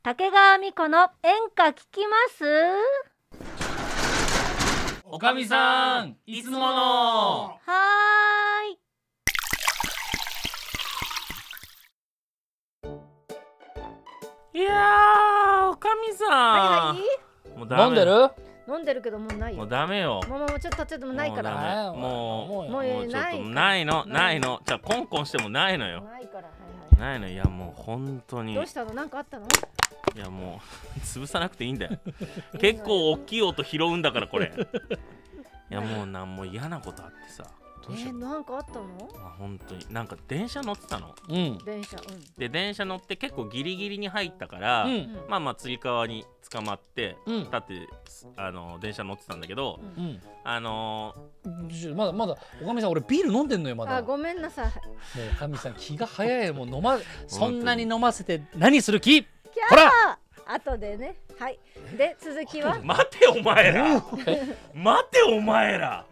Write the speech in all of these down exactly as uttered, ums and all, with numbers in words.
竹川美子の演歌聞きます。 おかみさんいつもの。 はーい。いやー、おかみさん、 はいはい、 もうダメ。 飲んでる？ 飲んでるけどもうないよ。 もうダメよ。 もうもうちょっとちょっともうないから。 もうもうもうもうちょっとないないのないの。じゃあコンコンしてもないのよ。 ないから。はいないの。いやもう本当に。 どうしたの？なんかあったの？ いやもう潰さなくていいんだよ。結構大きい音拾うんだからこれ。いやもうなんも嫌なことあってさ。 えー、なんかあったの？ あ本当になんか電車乗ってたの。 うん。 電車。うん。 で電車乗って結構ギリギリに入ったから、 うん、 まあまあつり革に捕まって、 うん、 立ってあの電車乗ってたんだけど、 うん、 あのー、まだまだおかみさん俺ビール飲んでんのよまだ。 あ、ごめんなさい。もうおかみさん気が早い。もう飲まそんなに飲ませて何する気？ ほら。後でね。はい。で続きは？ 待てお前ら。待てお前ら。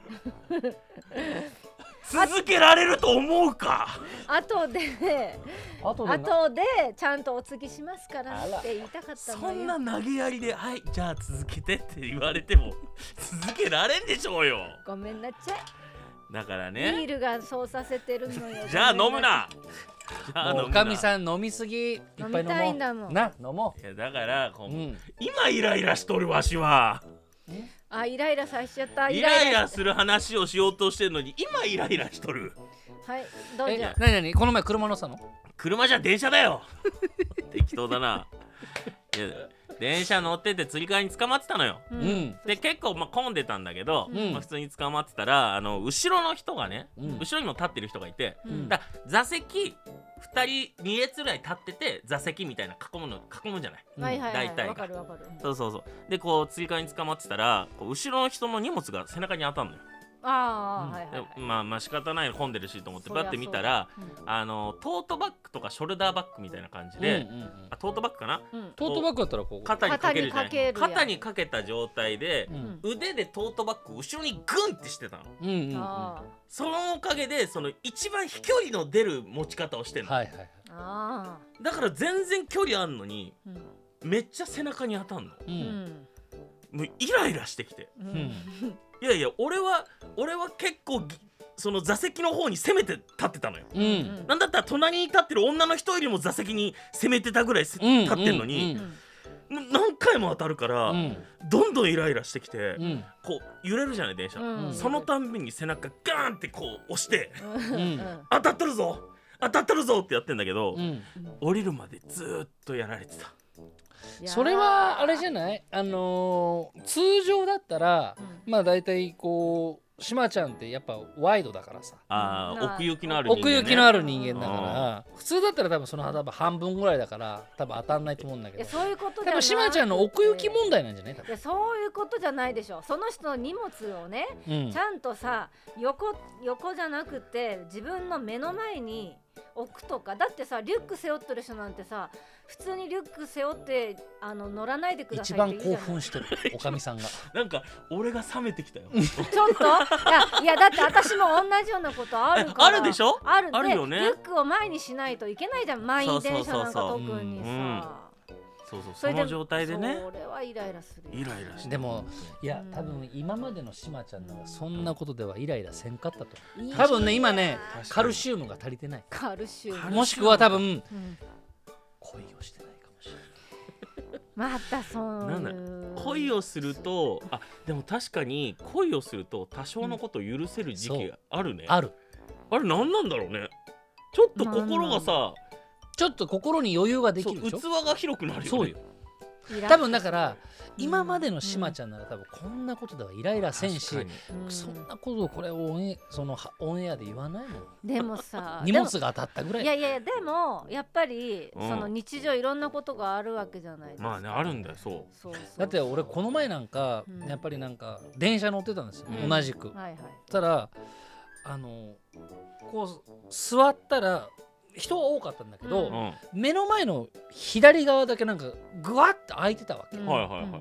続けられると思うか。 後で後で後でちゃんとお継ぎしますからって言いたかったんだよ。 そんな投げやりではいじゃあ続けてって言われても続けられんでしょうよ。 ごめんなちゃい。 だからビねールがそうさせてるのよ。 じゃあ飲むな。じゃあ飲むな。 おかみさん飲みすぎ。いっぱい飲もう。 飲みたいんだもんな飲もう。 いやだからこう、 うん、 今イライラしとるわしは。 あ、イライラさせちゃった。 イライラする話をしようとしてるのに今イライラしとる。 はい、どうぞ。 なになにこの前車乗ってたの？ 車じゃ電車だよ。適当だな。いや電車乗っててつり革に捕まってたのよ。 うん、 で結構まあ混んでたんだけど、 うん、 まあ、普通に捕まってたらあの後ろの人がね、 うん、 後ろにも立ってる人がいて、 うん、 だ座席ふたりに列ぐらい立ってて座席みたいな囲むの囲むじゃない、 うん、はいはいはい、 大体がわかるわかる。 そうそうそうでこうつり革に捕まってたらこう後ろの人の荷物が背中に当たるのよ。 ああ、 うん、 はいはい、はい、 まあまあ仕方ない混んでるしと思ってバッて見たら、うん、あのトートバッグとかショルダーバッグみたいな感じで、うんうんうん、あトートバッグかな、 うん、トートバッグだったらこう肩にかけるじゃない。 肩に肩にかけた状態で、うん、腕でトートバッグを後ろにグンってしてたの、うんうんうん、そのおかげでその一番飛距離の出る持ち方をしてんの、はいはいはい、あだから全然距離あんのに、うん、めっちゃ背中に当たんの、うん、もうイライラしてきて、うんいやいや俺は俺は結構その座席の方に攻めて立ってたのよ、うん、なんだったら隣に立ってる女の人よりも座席に攻めてたぐらい立ってんのに、うんうんうん、何回も当たるから、うん、どんどんイライラしてきて、うん、こう揺れるじゃない電車、うん、そのたんびに背中ガーンってこう押して、うん、当たってるぞ当たってるぞってやってんだけど、うん、降りるまでずっとやられてた。 それはあれじゃない？あのー、通常だったら、うん、まあ大体こうしまちゃんってやっぱワイドだからさ、 あー奥行きのある人間、ね、 奥行きのある人間だから普通だったら多分その多分半分ぐらいだから多分当たんないと思うんだけど、 そういうことじゃない。 多分しまちゃんの奥行き問題なんじゃない？ いやそういうことじゃないでしょ。その人の荷物をね、うん、ちゃんとさ横横じゃなくて自分の目の前に置くとか。だってさリュック背負ってる人なんてさ普通にリュック背負ってあの乗らないでくださいって一番興奮してるおかみさんがなんか俺が冷めてきたよちょっといや、いやだって私も同じようなことあるからあるでしょ。 あるんであるよね。 リュックを前にしないといけないじゃん。満員電車なんか特にさそうそうその状態でね。 それはイライラする。 イライラして。 でもいや多分今までのしまちゃんのはそんなことではイライラせんかったと。多分ね今ねカルシウムが足りてない。 カルシウム。 もしくは多分、うん、恋をしてないかもしれない。 またそうなんだ恋をするとあでも確かに恋をすると多少のことを許せる時期があるね。 ある。 あれ何なんだろうね。ちょっと心がさ。 ちょっと心に余裕ができるでしょ。 器が広くなるよね。 そうよ。多分だから今までのしまちゃんなら多分こんなことではイライラせんし、そんなことをこれをオンエそのオンエアで言わないもん。 でもさ荷物が当たったぐらい。 いやいやでもやっぱりその日常いろんなことがあるわけじゃないですか。 まあねあるんだよ。そう。 そうそうだって俺この前なんかやっぱりなんか電車乗ってたんですよ。同じく。はいはい。たらあのこう座ったら人は多かったんだけど、うん、目の前の左側だけなんかグワッて空いてたわけ、うん、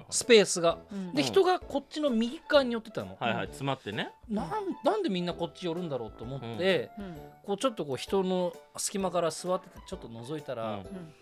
スペースが、うん、で人がこっちの右側に寄ってたの、 はいはい詰まってね。 なん、なんでみんなこっち寄るんだろうと思って、うん、こうちょっとこう人の隙間から座っててちょっと覗いたら、うん、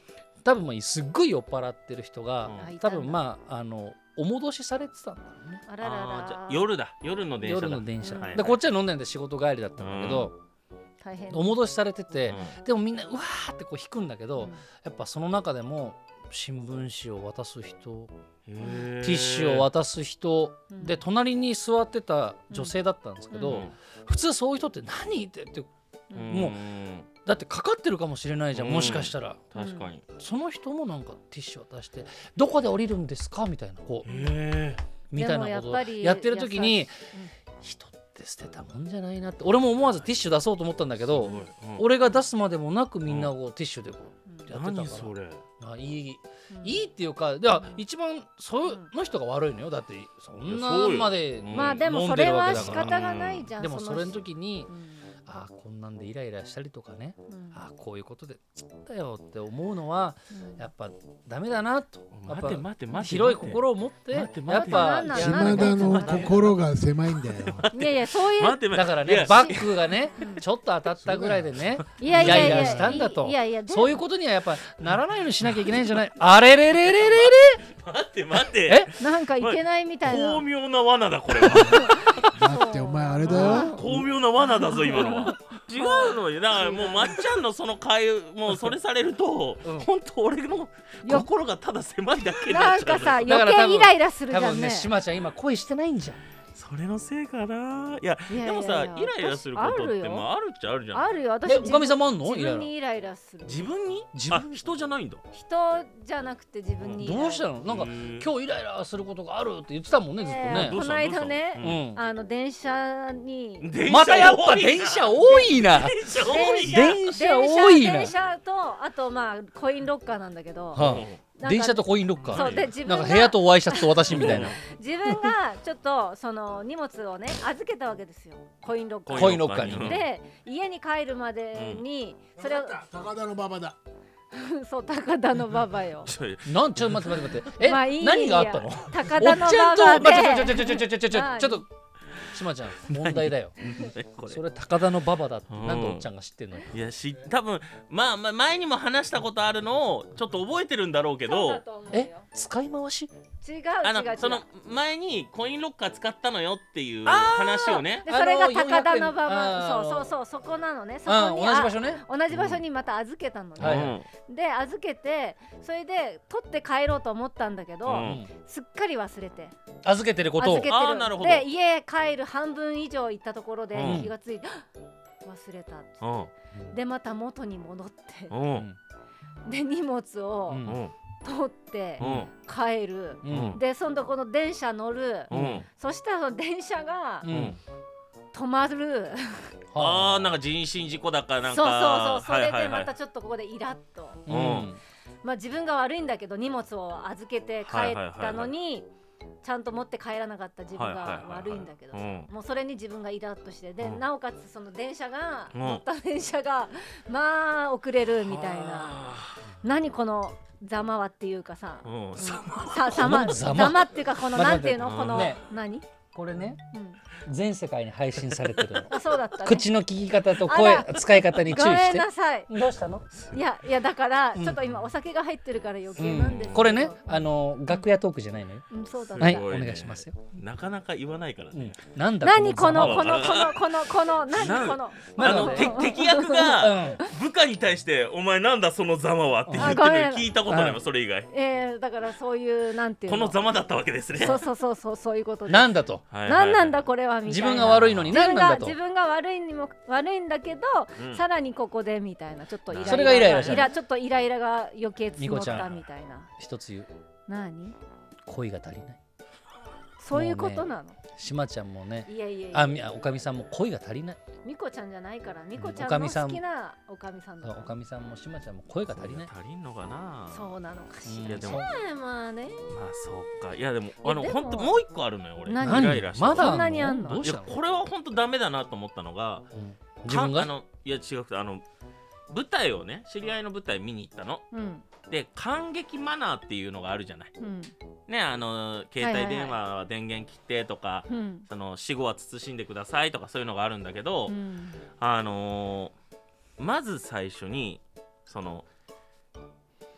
多分まあすっごい酔っ払ってる人が、うん、多分まああのお戻しされてたんだろうね。 あらららあじゃ夜だ夜の電車だ夜の電車、うん、 でこっちは飲んでんで仕事帰りだったんだけど、うん、大変お戻しされてて、うん、でもみんなうわーってこう引くんだけど、うん、やっぱその中でも新聞紙を渡す人ティッシュを渡す人、うん、で隣に座ってた女性だったんですけど、うん、普通そういう人って何って言って、うん、もうだってかかってるかもしれないじゃん、うん、もしかしたら確かにその人もなんかティッシュ渡してどこで降りるんですかみたいなこうみたいなことをやってる時に、うん、人って捨てたもんじゃないなって俺も思わずティッシュ出そうと思ったんだけど、うん、俺が出すまでもなくみんなこうティッシュでこうやってたから、 何それあいい、うん、いいっていうかでは一番その人が悪いのよだってそんなまでまあでもそれは仕方がないじゃん。 でもそれの時に、うん、あこんなんでイライラしたりとかね、うん、あこういうことでつったよって思うのは、うん、やっぱダメだなと待って待って待って広い心を持ってやっぱ島田の心が狭いんだよ。 いやいやそういうだからねバッグがねちょっと当たったぐらいでねイライラしたんだとそういうことにはやっぱならないようにしなきゃいけないんじゃないあれれれれれれ待って待ってえなんかいけないみたいな巧妙な罠だこれは待ってお前あれだよ巧妙な罠だぞ今のは違うのよだからもうまっちゃんのその会もうそれされると、うん、本当俺の心がただ狭いだけになっちゃう。 なんかさ余計イライラするじゃんね。多分ねしまちゃん今恋してないんじゃん。 それのせいかな。いやでもさイライラすることってもあるっちゃあるじゃん。 あるよ私。 おかみさんもあんの？ 自分にイライラする。 自分に？自分人じゃないんだ。 人じゃなくて自分に。 どうしたの？なんか今日イライラすることがあるって言ってたもんねずっとね。 この間ねあの電車にまたやっぱ電車多いな。 電車多い。 電車多いな。 電車とあとまあコインロッカーなんだけど。 電車とコインロッカーそうで自分がなんか部屋とワイシャツと私みたいな自分がちょっとその荷物をね預けたわけですよコインロッカーコインロッカーにで家に帰るまでに、うん、それを高田の馬場だそう高田の馬場よなんちょっと待って待って待ってえ、まあ、いい何があったの高田の馬場でちょちょちょちょちょちょちょちょちょっとしまちゃん問題だよそれ高田の馬場だってなんでおっちゃんが知ってんの？ いやし多分まあ、まあ、前にも話したことあるのをちょっと覚えてるんだろうけどえ使い回し？ 違う違う違うあのその前にコインロッカー使ったのよっていう話をねでそれが高田の馬場そうそうそうそこなのねそこに同じ場所ね同じ場所にまた預けたのね、うん、で預けてそれで取って帰ろうと思ったんだけど、うん、すっかり忘れて預けてることをあなるほどで家帰る半分以上行ったところで気がついて、うん、忘れたって、うん、でまた元に戻って、うん、で荷物を、うん取って帰る、うん、でそのこの電車乗る、うん、そしたらその電車が、うん、止まるあーなんか人身事故だかなんかそうそうそうそれでまたちょっとここでイラッと、うん、まあ自分が悪いんだけど荷物を預けて帰ったのに、はいはいはいはいちゃんと持って帰らなかった自分が悪いんだけど、もうそれに自分がイラッとしてで、うん、なおかつその電車が、うん、乗った電車がまあ遅れるみたいな何このざまはっていうかさ、うん、さざまざまっていうかこのなんていうのこの、ね、何これね、うん、全世界に配信されてるのあそうだった、ね、 口の聞き方と声使い方に注意してごめんなさいどうしたのいやいやだから、うん、ちょっと今お酒が入ってるから余計なんですけど、 うん、これねあの楽屋トークじゃないのよ、 うん、そうだはい、お願いしますよなかなか言わないからね、 うん、なんだ何このこのこのこのこの何このあの敵役が部下に対してお前なんだそのざまはって言ってる聞いたことないもんそれ以外えー、だからそういうなんていうのこのざまだったわけですねそうそうそうそうそういうことですなんだと何なんだこれはみたいな自分が悪いのに何なんだと自分が悪いにも悪いんだけど、うん、さらにここでみたいなちょっとイライラそれがイライラしたイラちょっとイライラが余計募ったみたいな一つ言う何恋が足りないそういうことなの、ね、 しまちゃんもねいやいやいやあみおかみさんも恋が足りないみこちゃんじゃないからみこちゃんの好きなおかみさんだおかみさんもしまちゃんも恋が足りない足りんのかなそうなのかしら、うん、 いやでもまあねまあそうかいやでもあの本当もう一個あるのよ俺何イライラしてまだそんなにあんのどうしたのこれは本当ダメだなと思ったのが、うん、 自分があのいや違くてあの舞台をね知り合いの舞台見に行ったの、うん、で感激マナーっていうのがあるじゃない、うんね、あの携帯電話は電源切ってとか、はいはいはい、その死後は慎んでくださいとかそういうのがあるんだけど、うん、あのー、まず最初にその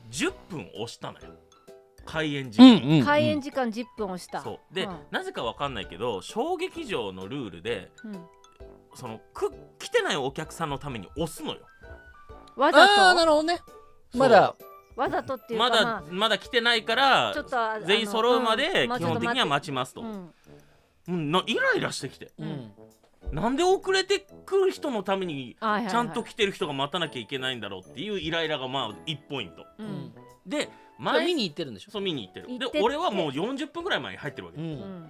じゅっぷん押したのよ、開演時間、 うんうんうん、開演時間じゅっぷん押した。 そうで、うん、なぜかわかんないけど小劇場のルールで、うん、そのく来てないお客さんのために押すのよ。 わざと。 あー、なるほどね。まだわざとっていうか、 まだ、 まあ、 まだ来てないから全員揃うまで基本的には待ちますと、うんうん、なイライラしてきて、うん、なんで遅れてくる人のためにちゃんと来てる人が待たなきゃいけないんだろうっていうイライラがまあいちポイント、うん、で前見に行ってるんでしょ。 そう見に行ってる。で俺はもうよんじゅっぷんぐらい前に入ってるわけ、うん、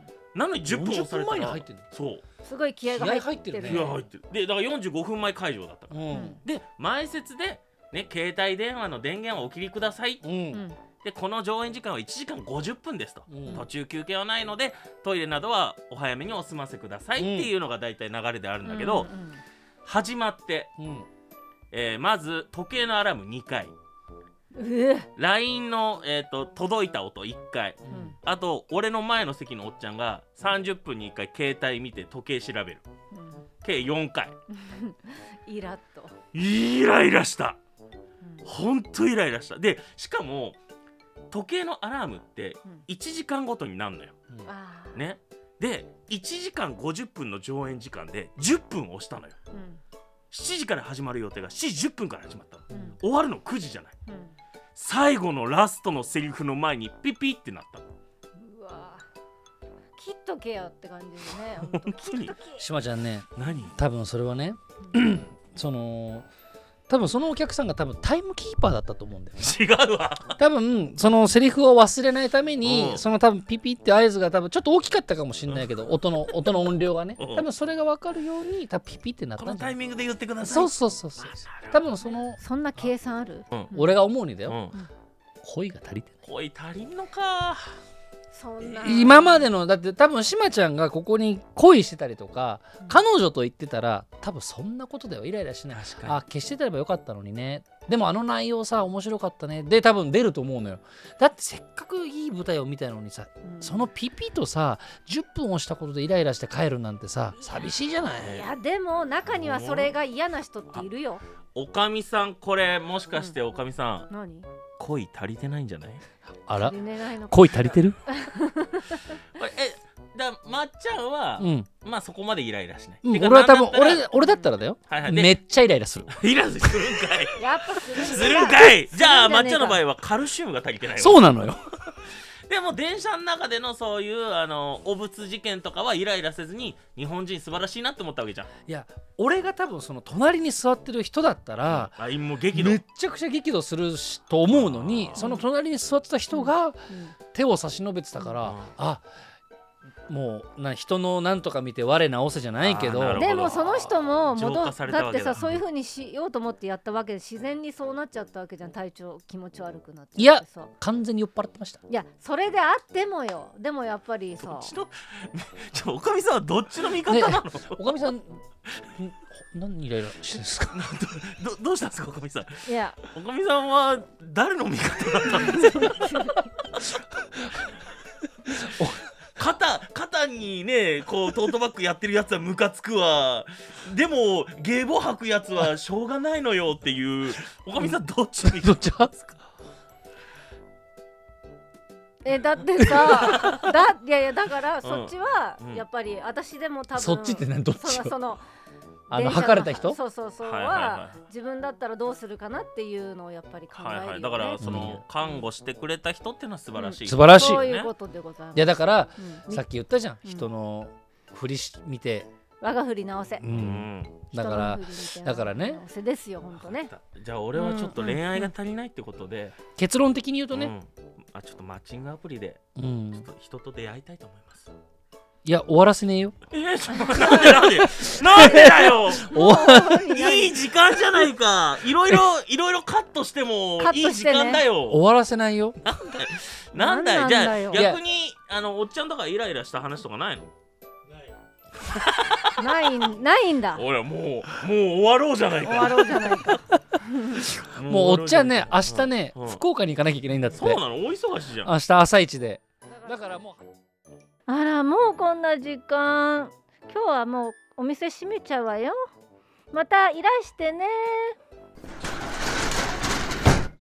なのにじゅっぷん押されたらよんじゅっぷんまえに入ってる。 そうすごい気合が入ってる、ね、 気合入ってる。でだからよんじゅうごふんまえ会場だったから、うん、で前説でね、携帯電話の電源をお切りください、うん、でこの上演時間はいちじかんごじゅっぷんですと、うん、途中休憩はないのでトイレなどはお早めにお済ませくださいっていうのが大体流れであるんだけど、うんうんうん、始まって、うんえー、まず時計のアラームにかい、えー、ライン の、えーと、届いた音いっかい、うん、あと俺の前の席のおっちゃんがさんじゅっぷんにいっかい携帯見て時計調べる、うん、計よんかいイラッとイライラしたほんとイライラした。でしかも時計のアラームっていちじかんごとになるのよ、うん、ね、でいちじかんごじゅっぷんの上演時間でじゅっぷん押したのよ、うん、しちじから始まる予定がしちじじゅっぷんから始まったの、うん、終わるのくじじゃない、うん、最後のラストのセリフの前にピピってなったの。 うわ切っとけよって感じですね本当にしまちゃんね、 何多分それはねその多分そのお客さんが多分タイムキーパーだったと思うんだよ、ね、 違うわ多分そのセリフを忘れないために、うん、その多分ピピって合図が多分ちょっと大きかったかもしれないけど、うん、音の音の音量がね、うん、多分それが分かるように多分ピピってなったんじゃない。 このタイミングで言ってください。 そうそうそうそう多分そのそんな計算ある、 うん、俺が思うにだよ、うん、恋が足りてない。 恋足りんのか。 そんな今までのだって多分しまちゃんがここに恋してたりとか、うん、彼女と言ってたら多分そんなことだよ。イライラしない。あ消してたればよかったのにね、でもあの内容さ面白かったねで多分出ると思うのよ。だってせっかくいい舞台を見たのにさ、うん、そのピピとさじゅっぷん押したことでイライラして帰るなんてさ寂しいじゃない。 いやでも中にはそれが嫌な人っているよ。 おかみさんこれもしかしておかみさん、 うん、何恋足りてないんじゃない？ あら恋足りてるえだまっちゃんは、うん、まあそこまでイライラしない、 うん、俺は多分俺俺だったらだよ、はいはい、めっちゃイライラするイライラするんかいやっぱするするんかいじゃあまっちゃんの場合はカルシウムが足りてないわ。 そうなのよでも電車の中でのそういうあの汚物事件とかはイライラせずに日本人素晴らしいなって思ったわけじゃん。 いや俺が多分その隣に座ってる人だったら、 うん、あもう激怒めっちゃくちゃ激怒すると思うのに、その隣に座ってた人が手を差し伸べてたから、うんうん、あもうな人のなんとか見て我直せじゃないけど、 どでもその人も戻だってさそういう風にしようと思ってやったわけで自然にそうなっちゃったわけじゃん。体調気持ち悪くなっちゃって。 いや完全に酔っ払ってました。 いやそれであってもよ。でもやっぱりさどっちのちょおかみさんはどっちの味方なの、ね、 おかみさん何イライラしてんですかど, どうしたんですかおかみさん。 いやおかみさんは誰の味方だったんですか肩, 肩にねこうトートバッグやってるやつはムカつくわでもゲーボ吐くやつはしょうがないのよっていうおかみさんどっちにどっちですかえだってさだいやいやだからそっちはやっぱり私でも多分そっちって何どっちそのそのあの測れた人そうそうそうは、はいはいはい、自分だったらどうするかなっていうのをやっぱり考えるよね、はいはい、 だからその、うん、看護してくれた人っていうのは素晴らしい、うん、 素晴らしい、 そういうことでございます。 いやだから、うん、さっき言ったじゃん、うん、人の振り見て我が振り直せ、うん、 だからだからね直せですよ本当ね。 じゃあ俺はちょっと恋愛が足りないってことで、うんうん、 結論的に言うとね、うん、 あちょっとマッチングアプリで、うん、ちょっと人と出会いたいと思います。 いや終わらせねえよ。 えー、なんでなんでなんでだよいい時間じゃないか。いろいろいろいろカットしてもいい時間だよ、ね、 終わらせないよ。 なんだいじゃあ逆にあのおっちゃんとかイライラした話とかないの？ ないないんだ。 ほらもうもう終わろうじゃないか。 終わろうじゃないかもうおっちゃんね明日ね、うん、福岡に行かなきゃいけないんだって。 そうなの大忙しじゃん。 明日朝一でだからもうあらもうこんな時間。今日はもうお店閉めちゃうわよ。またいらしてね。